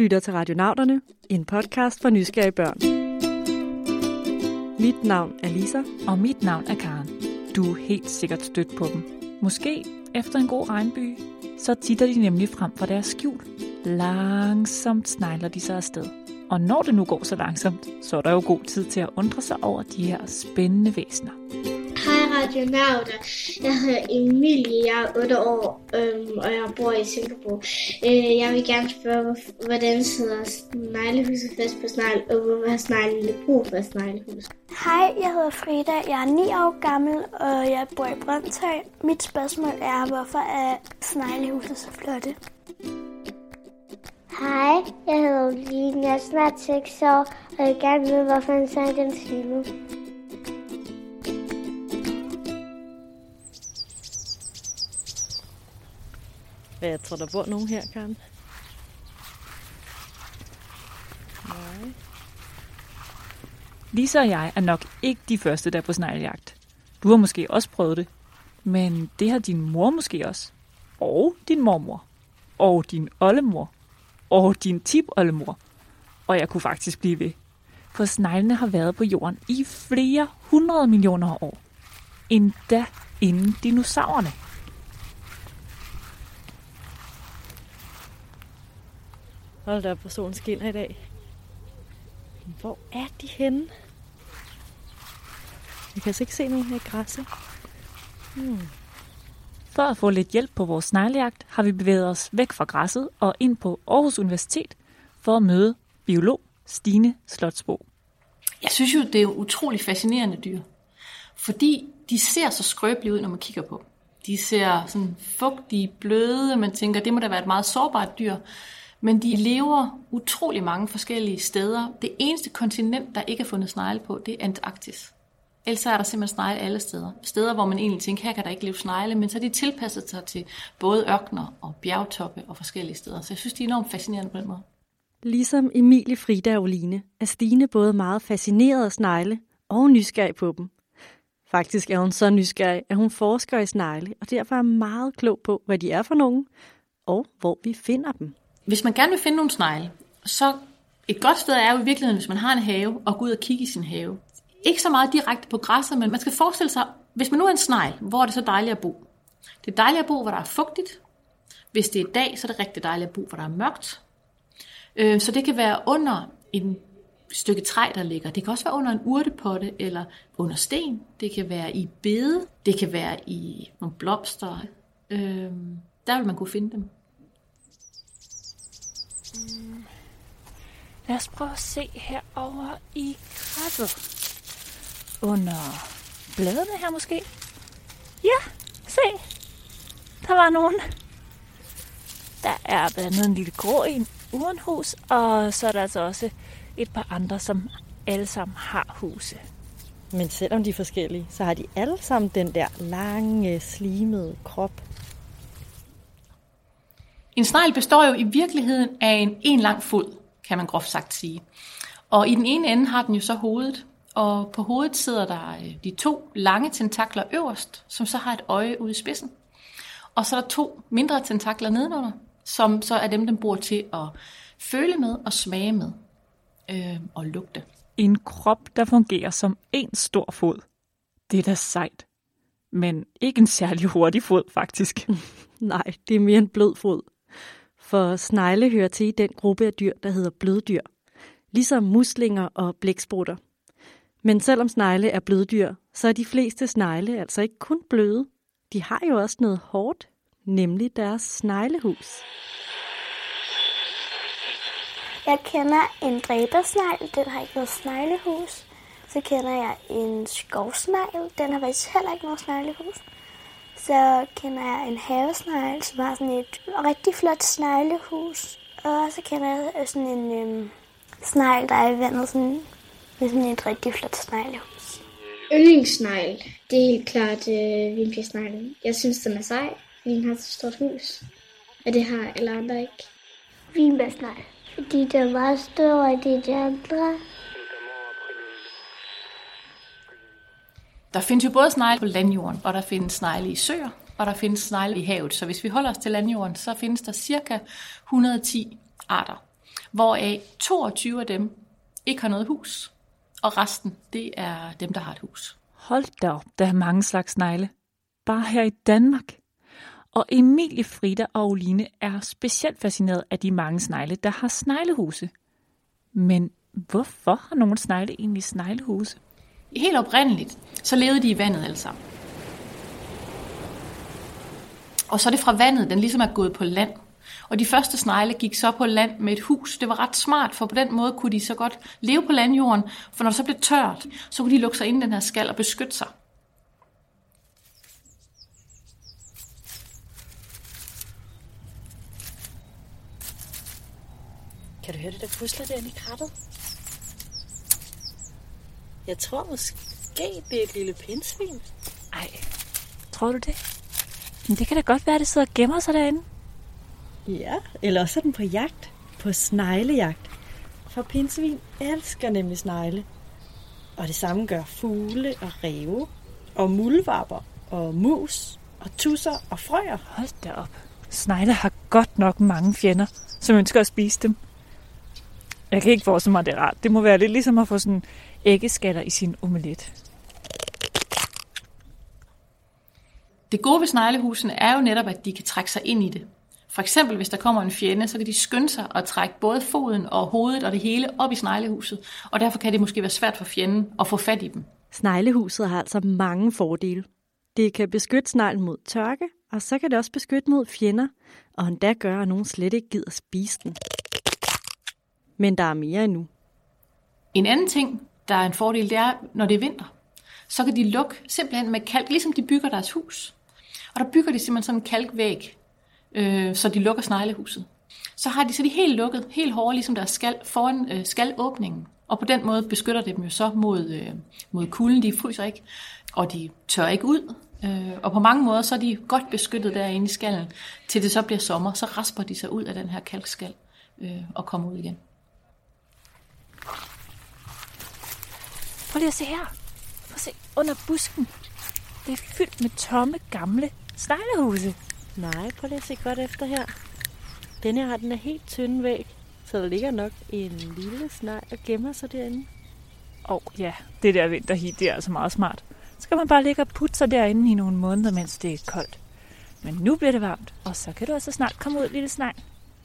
lytter til Radionauterne, en podcast for nysgerrige børn. Mit navn er Lisa. Og mit navn er Karen. Du er helt sikkert stødt på dem. Måske efter en god regnby, så titter de nemlig frem fra deres skjul. Langsomt snegler de sig afsted. Og når det nu går så langsomt, så er der jo god tid til at undre sig over de her spændende væsener. Hej Radionauter, jeg hedder Emilie, jeg er 8 år, og jeg bor i Singapore. Jeg vil gerne spørge, hvordan sidder sneglehuset fast på snegl, og hvorfor har sneglene brug for sneglehus? Hej, jeg hedder Frida, jeg er 9 år gammel, og jeg bor i Brøndshøj. Mit spørgsmål er, hvorfor er sneglehuset så flotte? Hej, jeg hedder Line, jeg er snart 6 år, og jeg vil gerne vide, hvorfor en sang den filmer. Jeg tror, der bor nogen her, Karen. Nej. Lisa og jeg er nok ikke de første, der er på sneglejagt. Du har måske også prøvet det. Men det har din mor måske også. Og din mormor. Og din oldemor. Og din tipoldemor. Og jeg kunne faktisk blive ved. For sneglene har været på jorden i flere 100 millioner år. Endda inden dinosaurerne. Hold da op, hvor solen skinner i dag. Hvor er de henne? Jeg kan altså ikke se nogen her i græsset. For at få lidt hjælp på vores sneglejagt, har vi bevæget os væk fra græsset og ind på Aarhus Universitet for at møde biolog Stine Slotsbo. Jeg synes jo, det er utrolig fascinerende dyr, fordi de ser så skrøbelige ud, når man kigger på. De ser sådan fugtige, bløde, man tænker, det må da være et meget sårbart dyr. Men de lever utrolig mange forskellige steder. Det eneste kontinent, der ikke er fundet snegle på, det er Antarktis. Ellers er der simpelthen snegle alle steder. Steder, hvor man egentlig tænker, her kan der ikke leve snegle, men så er de tilpasset sig til både ørkener og bjergtoppe og forskellige steder. Så jeg synes, de er enormt fascinerende på den måde. Ligesom Emilie, Frida og Line er Stine både meget fascineret af snegle og nysgerrig på dem. Faktisk er hun så nysgerrig, at hun forsker i snegle, og derfor er meget klog på, hvad de er for nogen, og hvor vi finder dem. Hvis man gerne vil finde nogle snegle, så et godt sted er jo i virkeligheden, hvis man har en have, og gå ud og kigge i sin have. Ikke så meget direkte på græsset, men man skal forestille sig, hvis man nu er en snegl, hvor er det så dejligt at bo? Det er dejligt at bo, hvor der er fugtigt. Hvis det er dag, så er det rigtig dejligt at bo, hvor der er mørkt. Så det kan være under en stykke træ, der ligger. Det kan også være under en urtepotte eller under sten. Det kan være i bede. Det kan være i nogle blomster. Der vil man kunne finde dem. Lad os prøve at se herovre i græsset. Under bladene her måske. Ja, se. Der var nogen. Der er blandt andet en lille grå i en urenhus, og så er der altså også et par andre, som alle sammen har huse. Men selvom de er forskellige, så har de alle sammen den der lange, slimede krop. En snegl består jo i virkeligheden af en lang fod, kan man groft sagt sige. Og i den ene ende har den jo så hovedet, og på hovedet sidder der de 2 lange tentakler øverst, som så har et øje ude i spidsen. Og så er der 2 mindre tentakler nedenunder, som så er dem, den bruger til at føle med og smage med og lugte. En krop, der fungerer som en stor fod. Det er da sejt. Men ikke en særlig hurtig fod, faktisk. Nej, det er mere en blød fod. For snegle hører til i den gruppe af dyr, der hedder bløddyr. Ligesom muslinger og blæksprutter. Men selvom snegle er bløddyr, så er de fleste snegle altså ikke kun bløde. De har jo også noget hårdt, nemlig deres sneglehus. Jeg kender en dræbersnegl, den har ikke noget sneglehus. Så kender jeg en skovsnegl, den har faktisk heller ikke noget sneglehus. Så kender jeg en havesnegl, som har sådan et rigtig flot sneglehus. Og så kender jeg sådan en snegl, der er i vandet sådan, med sådan et rigtig flot sneglehus. Yndlingssnegl, det er helt klart vinbjergsneglen. Jeg synes, den er sej, fordi den har så stort hus. Og det har alle andre ikke. Vinbjergsnegl, fordi den er meget større end de andre. Der findes jo både snegle på landjorden, og der findes snegle i søer, og der findes snegle i havet. Så hvis vi holder os til landjorden, så findes der cirka 110 arter. hvoraf 22 af dem ikke har noget hus, og resten, det er dem, der har et hus. Hold da op, der er mange slags snegle. Bare her i Danmark. Og Emilie, Frida og Oline er specielt fascineret af de mange snegle, der har sneglehuse. Men hvorfor har nogle snegle egentlig sneglehuse? Helt oprindeligt, så levede de i vandet alle sammen. Og så er det fra vandet, den ligesom er gået på land. Og de første snegle gik så på land med et hus. Det var ret smart, for på den måde kunne de så godt leve på landjorden. For når det så blev tørt, så kunne de lukke sig ind i den her skal og beskytte sig. Kan du høre det, der pusler derinde i krattet? Jeg tror måske, det er et lille pindsvin. Ej, tror du det? Men det kan da godt være, at det sidder og gemmer sig derinde. Ja, eller også er den på jagt. På sneglejagt. For pindsvin elsker nemlig snegle. Og det samme gør fugle og ræve. Og muldvarper og mus og tusser og frøer. Hold da op. Snegle har godt nok mange fjender, som ønsker at spise dem. Jeg kan ikke forestille mig, at det er rart. Det må være lidt ligesom at få sådan æggeskaller i sin omelet. Det gode ved sneglehusene er jo netop, at de kan trække sig ind i det. For eksempel, hvis der kommer en fjende, så kan de skynde sig og trække både foden og hovedet og det hele op i sneglehuset. Og derfor kan det måske være svært for fjenden at få fat i dem. Sneglehuset har altså mange fordele. Det kan beskytte sneglen mod tørke, og så kan det også beskytte mod fjender, og endda gøre, at nogen slet ikke gider spise den. Men der er mere endnu. En anden ting, der er en fordel, det er, når det er vinter. Så kan de lukke simpelthen med kalk, ligesom de bygger deres hus. Og der bygger de simpelthen sådan en kalkvæg, så de lukker sneglehuset. Så er de helt lukket, helt hårde, ligesom deres skal, foran skalåbningen. Og på den måde beskytter det dem jo så mod kulden. De fryser ikke, og de tør ikke ud. Og på mange måder, så er de godt beskyttet derinde i skallen, til det så bliver sommer. Så rasper de sig ud af den her kalkskal og kommer ud igen. Prøv lige at se her. Prøv at se under busken. Det er fyldt med tomme, gamle sneglehuse. Nej, prøv lige at se godt efter her. Denne her har den er helt tynde væg, så der ligger nok en lille snegl og gemmer sig derinde. Ja, det der vinterhit, det er altså meget smart. Så kan man bare ligge og putte sig derinde i nogle måneder, mens det er koldt. Men nu bliver det varmt, og så kan du altså snart komme ud, lille snegl.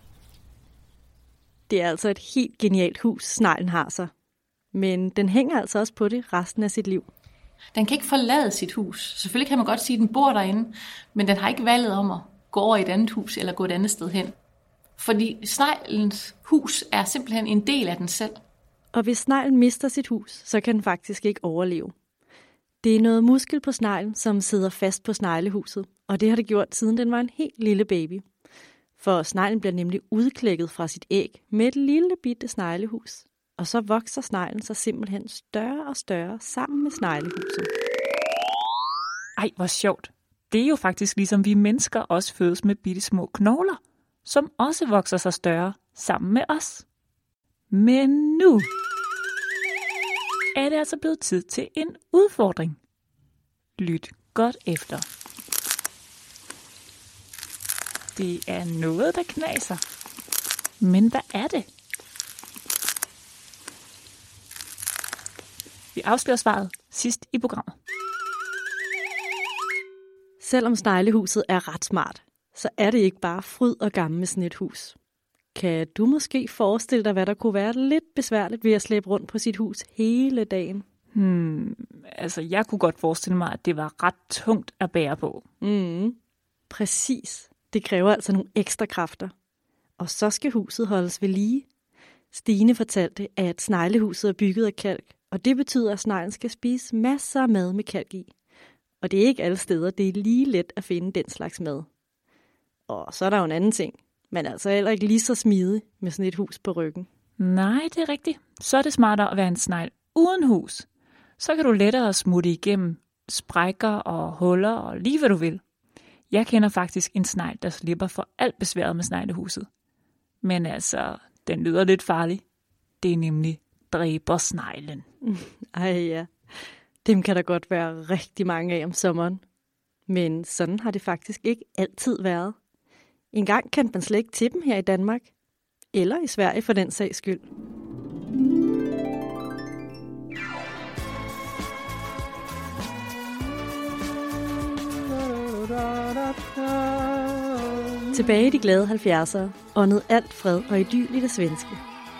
Det er altså et helt genialt hus, sneglen har sig. Men den hænger altså også på det resten af sit liv. Den kan ikke forlade sit hus. Selvfølgelig kan man godt sige, at den bor derinde, men den har ikke valget om at gå over i et andet hus eller gå et andet sted hen. Fordi sneglens hus er simpelthen en del af den selv. Og hvis sneglen mister sit hus, så kan den faktisk ikke overleve. Det er noget muskel på sneglen, som sidder fast på sneglehuset, og det har det gjort, siden den var en helt lille baby. For sneglen bliver nemlig udklækket fra sit æg med et lille bitte sneglehus. Og så vokser sneglen sig simpelthen større og større sammen med sneglehuset. Ej, hvor sjovt. Det er jo faktisk ligesom vi mennesker også fødes med bitte små knogler, som også vokser sig større sammen med os. Men nu er det altså blevet tid til en udfordring. Lyt godt efter. Det er noget, der knaser. Men hvad er det? Vi afslører svaret sidst i programmet. Selvom sneglehuset er ret smart, så er det ikke bare fryd og gammel med sådan et hus. Kan du måske forestille dig, hvad der kunne være lidt besværligt ved at slæbe rundt på sit hus hele dagen? Jeg kunne godt forestille mig, at det var ret tungt at bære på. Præcis. Det kræver altså nogle ekstra kræfter. Og så skal huset holdes ved lige. Stine fortalte, at sneglehuset er bygget af kalk, og det betyder, at sneglen skal spise masser af mad med kalk i. Og det er ikke alle steder, det er lige let at finde den slags mad. Og så er der jo en anden ting. Man er altså heller ikke lige så smidig med sådan et hus på ryggen. Nej, det er rigtigt. Så er det smartere at være en snegl uden hus. Så kan du lettere smutte igennem sprækker og huller og lige hvad du vil. Jeg kender faktisk en snegl, der slipper for alt besværet med sneglehuset. Men altså, den lyder lidt farlig. Det er nemlig dræbersneglen. Ej ja, dem kan der godt være rigtig mange af om sommeren. Men sådan har det faktisk ikke altid været. En gang kendte man slet ikke til dem her i Danmark. Eller i Sverige for den sags skyld. Tilbage i de glade 70'ere åndede alt fred og idyl i det svenske.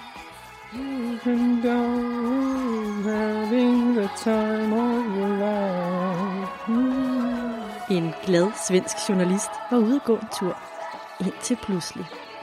En glad svensk journalist var ude at gå en tur, indtil pludselig.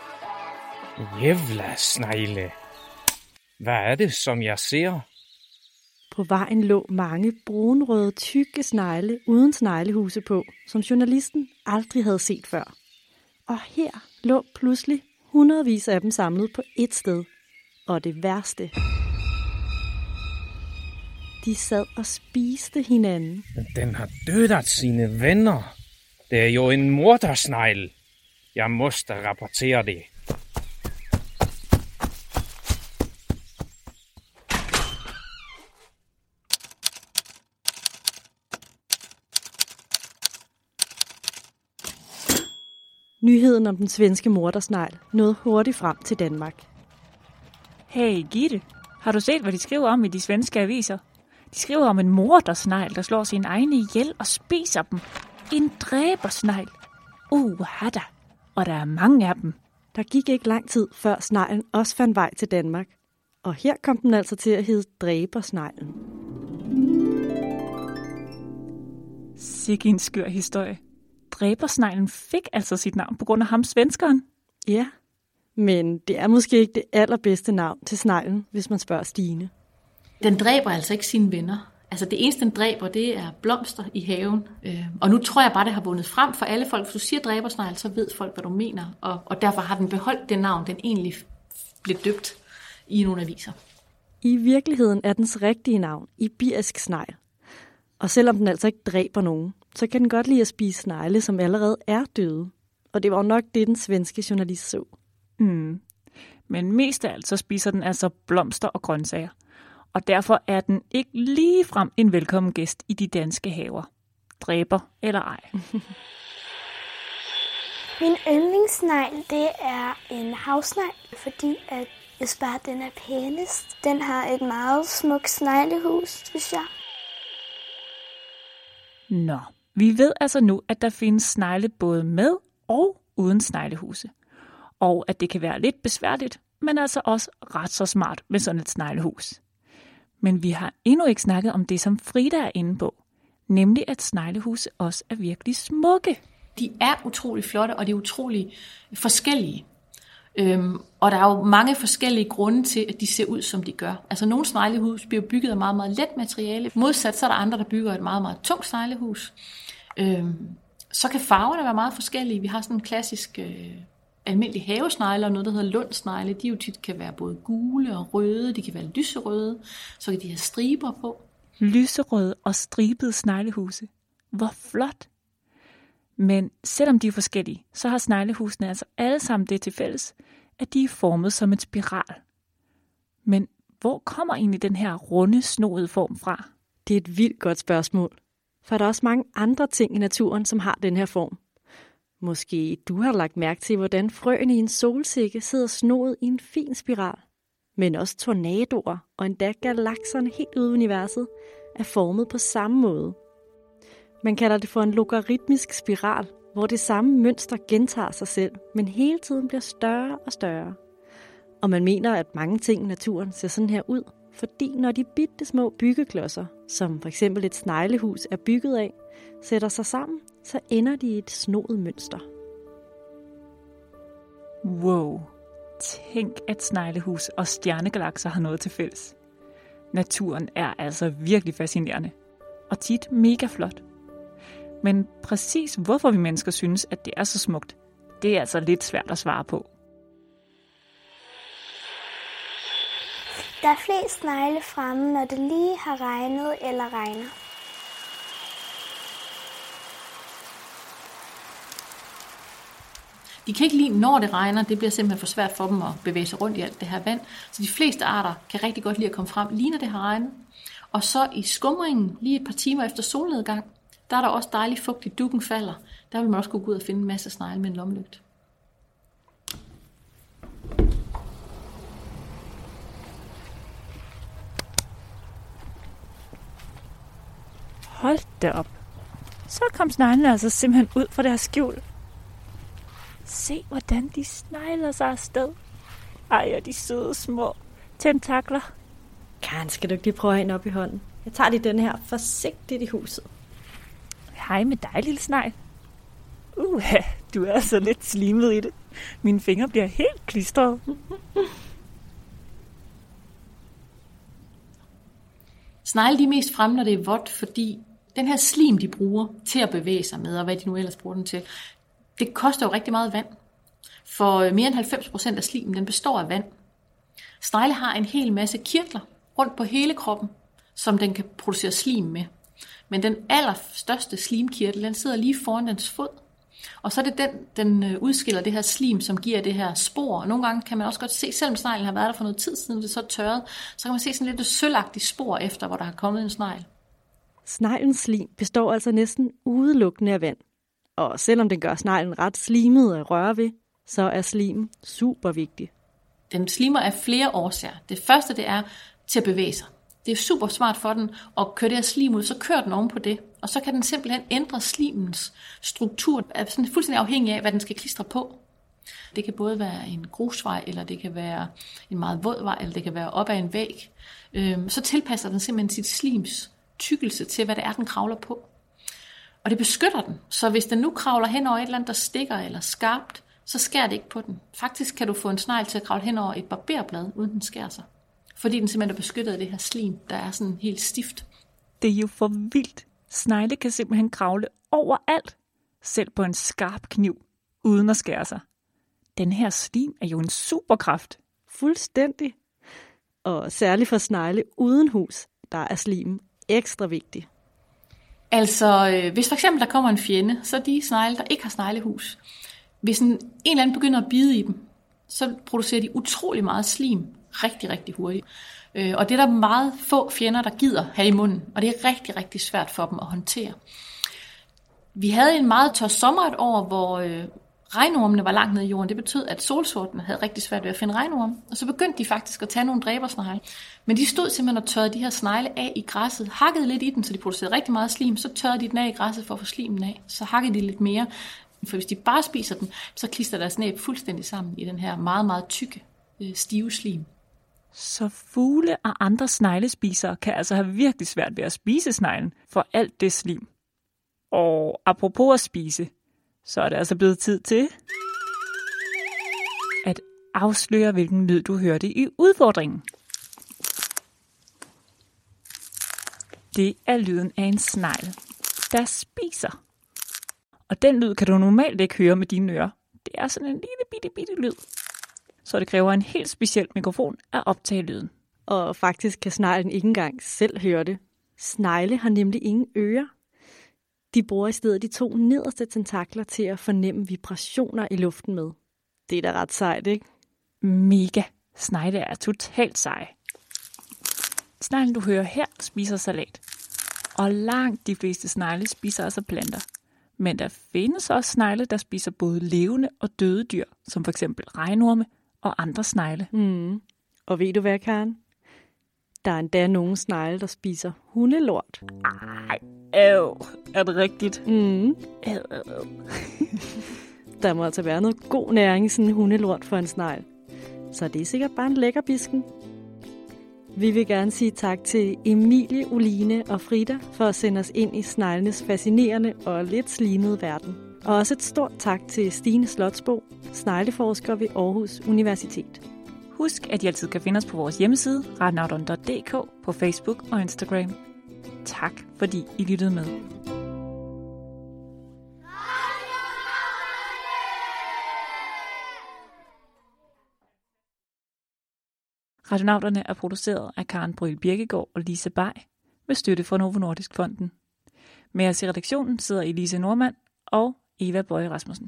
Jævla snegle. Hvad er det, som jeg ser? På vejen lå mange brunrøde, tykke snegle uden sneglehuse på, som journalisten aldrig havde set før. Og her lå pludselig hundredvis af dem samlet på ét sted. Og det værste. De sad og spiste hinanden. Den har dødet sine venner. Det er jo en mordersnegl. Jeg måste rapportere det. Nyheden om den svenske mordersnegl nåede hurtigt frem til Danmark. Hey Gitte, har du set, hvad de skriver om i de svenske aviser? De skriver om en mordersnegl, der slår sine egne ihjel og spiser dem. En dræbersnegl. Hadda. Og der er mange af dem. Der gik ikke lang tid, før sneglen også fandt vej til Danmark. Og her kom den altså til at hedde dræbersneglen. Sikke en skør historie. Dræbersneglen fik altså sit navn på grund af ham svenskeren. Ja, men det er måske ikke det allerbedste navn til sneglen, hvis man spørger Stine. Den dræber altså ikke sine venner. Altså det eneste, den dræber, det er blomster i haven. Og nu tror jeg bare, det har vundet frem for alle folk. Hvis du siger dræbersnegl, så ved folk, hvad du mener. Og derfor har den beholdt det navn, den egentlig blev døbt i nogle aviser. I virkeligheden er dens rigtige navn ibirisk snegl. Og selvom den altså ikke dræber nogen, så kan den godt lide at spise snegle, som allerede er døde. Og det var nok det, den svenske journalist så. Men mest af alt så spiser den altså blomster og grøntsager. Og derfor er den ikke ligefrem en velkommen gæst i de danske haver. Dræber eller ej. Min yndlingssnegl, det er en havsnegl, fordi at jeg synes bare, den er pænest. Den har et meget smukt sneglehus, synes jeg. Nå, vi ved altså nu, at der findes snegle både med og uden sneglehuse. Og at det kan være lidt besværligt, men altså også ret så smart med sådan et sneglehus. Men vi har endnu ikke snakket om det, som Frida er inde på. Nemlig, at sneglehuse også er virkelig smukke. De er utrolig flotte, og de er utrolig forskellige. Og der er jo mange forskellige grunde til, at de ser ud, som de gør. Altså nogle sneglehus bliver bygget af meget, meget let materiale. Modsat så er der andre, der bygger et meget, meget tungt sneglehus. Så kan farverne være meget forskellige. Vi har sådan en klassisk almindelig havesnegle, og noget, der hedder lundsnegle. De jo tit kan være både gule og røde, de kan være lyserøde, så kan de have striber på. Lyserøde og stribede sneglehuse. Hvor flot! Men selvom de er forskellige, så har sneglehusene altså alle sammen det til fælles, at de er formet som en spiral. Men hvor kommer egentlig den her runde, snoede form fra? Det er et vildt godt spørgsmål. For der er også mange andre ting i naturen, som har den her form. Måske du har lagt mærke til, hvordan frøene i en solsikke sidder snoet i en fin spiral. Men også tornadoer og endda galakserne helt ude i universet er formet på samme måde. Man kalder det for en logaritmisk spiral, hvor det samme mønster gentager sig selv, men hele tiden bliver større og større. Og man mener, at mange ting i naturen ser sådan her ud, fordi når de bitte små byggeklodser, som for eksempel et sneglehus er bygget af, sætter sig sammen, så ender de i et snoet mønster. Wow! Tænk, at sneglehus og stjernegalakser har noget til fælles. Naturen er altså virkelig fascinerende, og tit mega flot. Men præcis hvorfor vi mennesker synes, at det er så smukt, det er altså lidt svært at svare på. Der er flest snegle fremme, når det lige har regnet eller regner. De kan ikke lide, når det regner. Det bliver simpelthen for svært for dem at bevæge sig rundt i alt det her vand. Så de fleste arter kan rigtig godt lide at komme frem, lige når det har regnet. Og så i skumringen, lige et par timer efter solnedgang, der er der også dejligt fugtigt, duggen falder. Der vil man også gå ud og finde en masse snegle med en lommelygte. Hold da op. Så kom sneglene altså simpelthen ud fra deres skjul. Se, hvordan de snegler sig afsted. Ej, og de søde små tentakler. Karen, skal du ikke lige prøve at have en op i hånden? Jeg tager lige den her forsigtigt i huset. Hej med dig, lille snegl. Du er så lidt slimet i det. Mine fingre bliver helt klistrede. Snegle de er mest fremme, når det er vådt, fordi den her slim, de bruger til at bevæge sig med, og hvad de nu ellers bruger den til, det koster jo rigtig meget vand. For mere end 90% af slimen, den består af vand. Snegle har en hel masse kirtler rundt på hele kroppen, som den kan producere slim med. Men den allerstørste slimkirtel, den sidder lige foran dens fod. Og så er det den udskiller det her slim, som giver det her spor. Og nogle gange kan man også godt se, selvom sneglen har været der for noget tid siden, det er så tørret, så kan man se sådan lidt sølvagtigt spor efter, hvor der har kommet en snegl. Sneglens slim består altså næsten udelukkende af vand. Og selvom den gør sneglen ret slimet at røre ved, så er slimen super vigtig. Den slimer af flere årsager. Det første, det er til at bevæge sig. Det er super smart for den at køre det her slim ud, så kører den oven på det. Og så kan den simpelthen ændre slimens struktur, er sådan fuldstændig afhængig af, hvad den skal klistre på. Det kan både være en grusvej, eller det kan være en meget våd vej, eller det kan være op ad en væg. Så tilpasser den simpelthen sit slims tykkelse til, hvad det er, den kravler på. Og det beskytter den. Så hvis den nu kravler hen over et eller andet, der stikker eller skarpt, så skærer det ikke på den. Faktisk kan du få en snegl til at kravle hen over et barberblad, uden den skærer sig. Fordi den simpelthen er beskyttet af det her slim, der er sådan helt stift. Det er jo for vildt. Snegle kan simpelthen kravle overalt, selv på en skarp kniv, uden at skære sig. Den her slim er jo en superkraft. Fuldstændig. Og særligt for snegle uden hus, der er slimen ekstra vigtig. Altså, hvis for eksempel der kommer en fjende, så de snegle, der ikke har sneglehus. Hvis en eller anden begynder at bide i dem, så producerer de utrolig meget slim rigtig, rigtig hurtigt. Og det er der meget få fjender, der gider have i munden, og det er rigtig, rigtig svært for dem at håndtere. Vi havde en meget tør sommer et år, hvor regnormene var langt nede i jorden. Det betød, at solsortene havde rigtig svært ved at finde regnorme, og så begyndte de faktisk at tage nogle dræbersnegle. Men de stod simpelthen og tørrede de her snegle af i græsset, hakkede lidt i den, så de producerede rigtig meget slim, så tørrede de den af i græsset for at få slimen af, så hakkede de lidt mere. For hvis de bare spiser den, så klister deres næb fuldstændig sammen i den her meget, meget tykke, stive slim. Så fugle og andre sneglespisere kan altså have virkelig svært ved at spise sneglen for alt det slim. Og apropos at spise, så er det altså blevet tid til at afsløre, hvilken lyd du hørte i udfordringen. Det er lyden af en snegl, der spiser. Og den lyd kan du normalt ikke høre med dine ører. Det er sådan en lille bitte lyd. Så det kræver en helt speciel mikrofon at optage lyden. Og faktisk kan sneglen ikke engang selv høre det. Snegle har nemlig ingen ører. De bruger i stedet de 2 nederste tentakler til at fornemme vibrationer i luften med. Det er da ret sejt, ikke? Mega. Snegle er totalt seje. Sneglen, du hører her, spiser salat. Og langt de fleste snegle spiser altså planter. Men der findes også snegle, der spiser både levende og døde dyr, som f.eks. regnorme og andre snegle. Og ved du hvad, Karen? Der er endda nogle snegle, der spiser hundelort. Ej, er det rigtigt? Der må altså være noget god næring i sådan en hundelort for en snegl. Så det er sikkert bare en lækker bisken. Vi vil gerne sige tak til Emilie, Oline og Frida for at sende os ind i sneglenes fascinerende og lidt slimede verden. Og også et stort tak til Stine Slotsbo, snegleforsker ved Aarhus Universitet. Husk, at I altid kan finde os på vores hjemmeside, radionauterne.dk, på Facebook og Instagram. Tak, fordi I lyttede med. Radionauterne er produceret af Karen Bryl Birkegaard og Lise Bay med støtte fra Novo Nordisk Fonden. Med os i redaktionen sidder Elise Normand og Eva Bøje Rasmussen.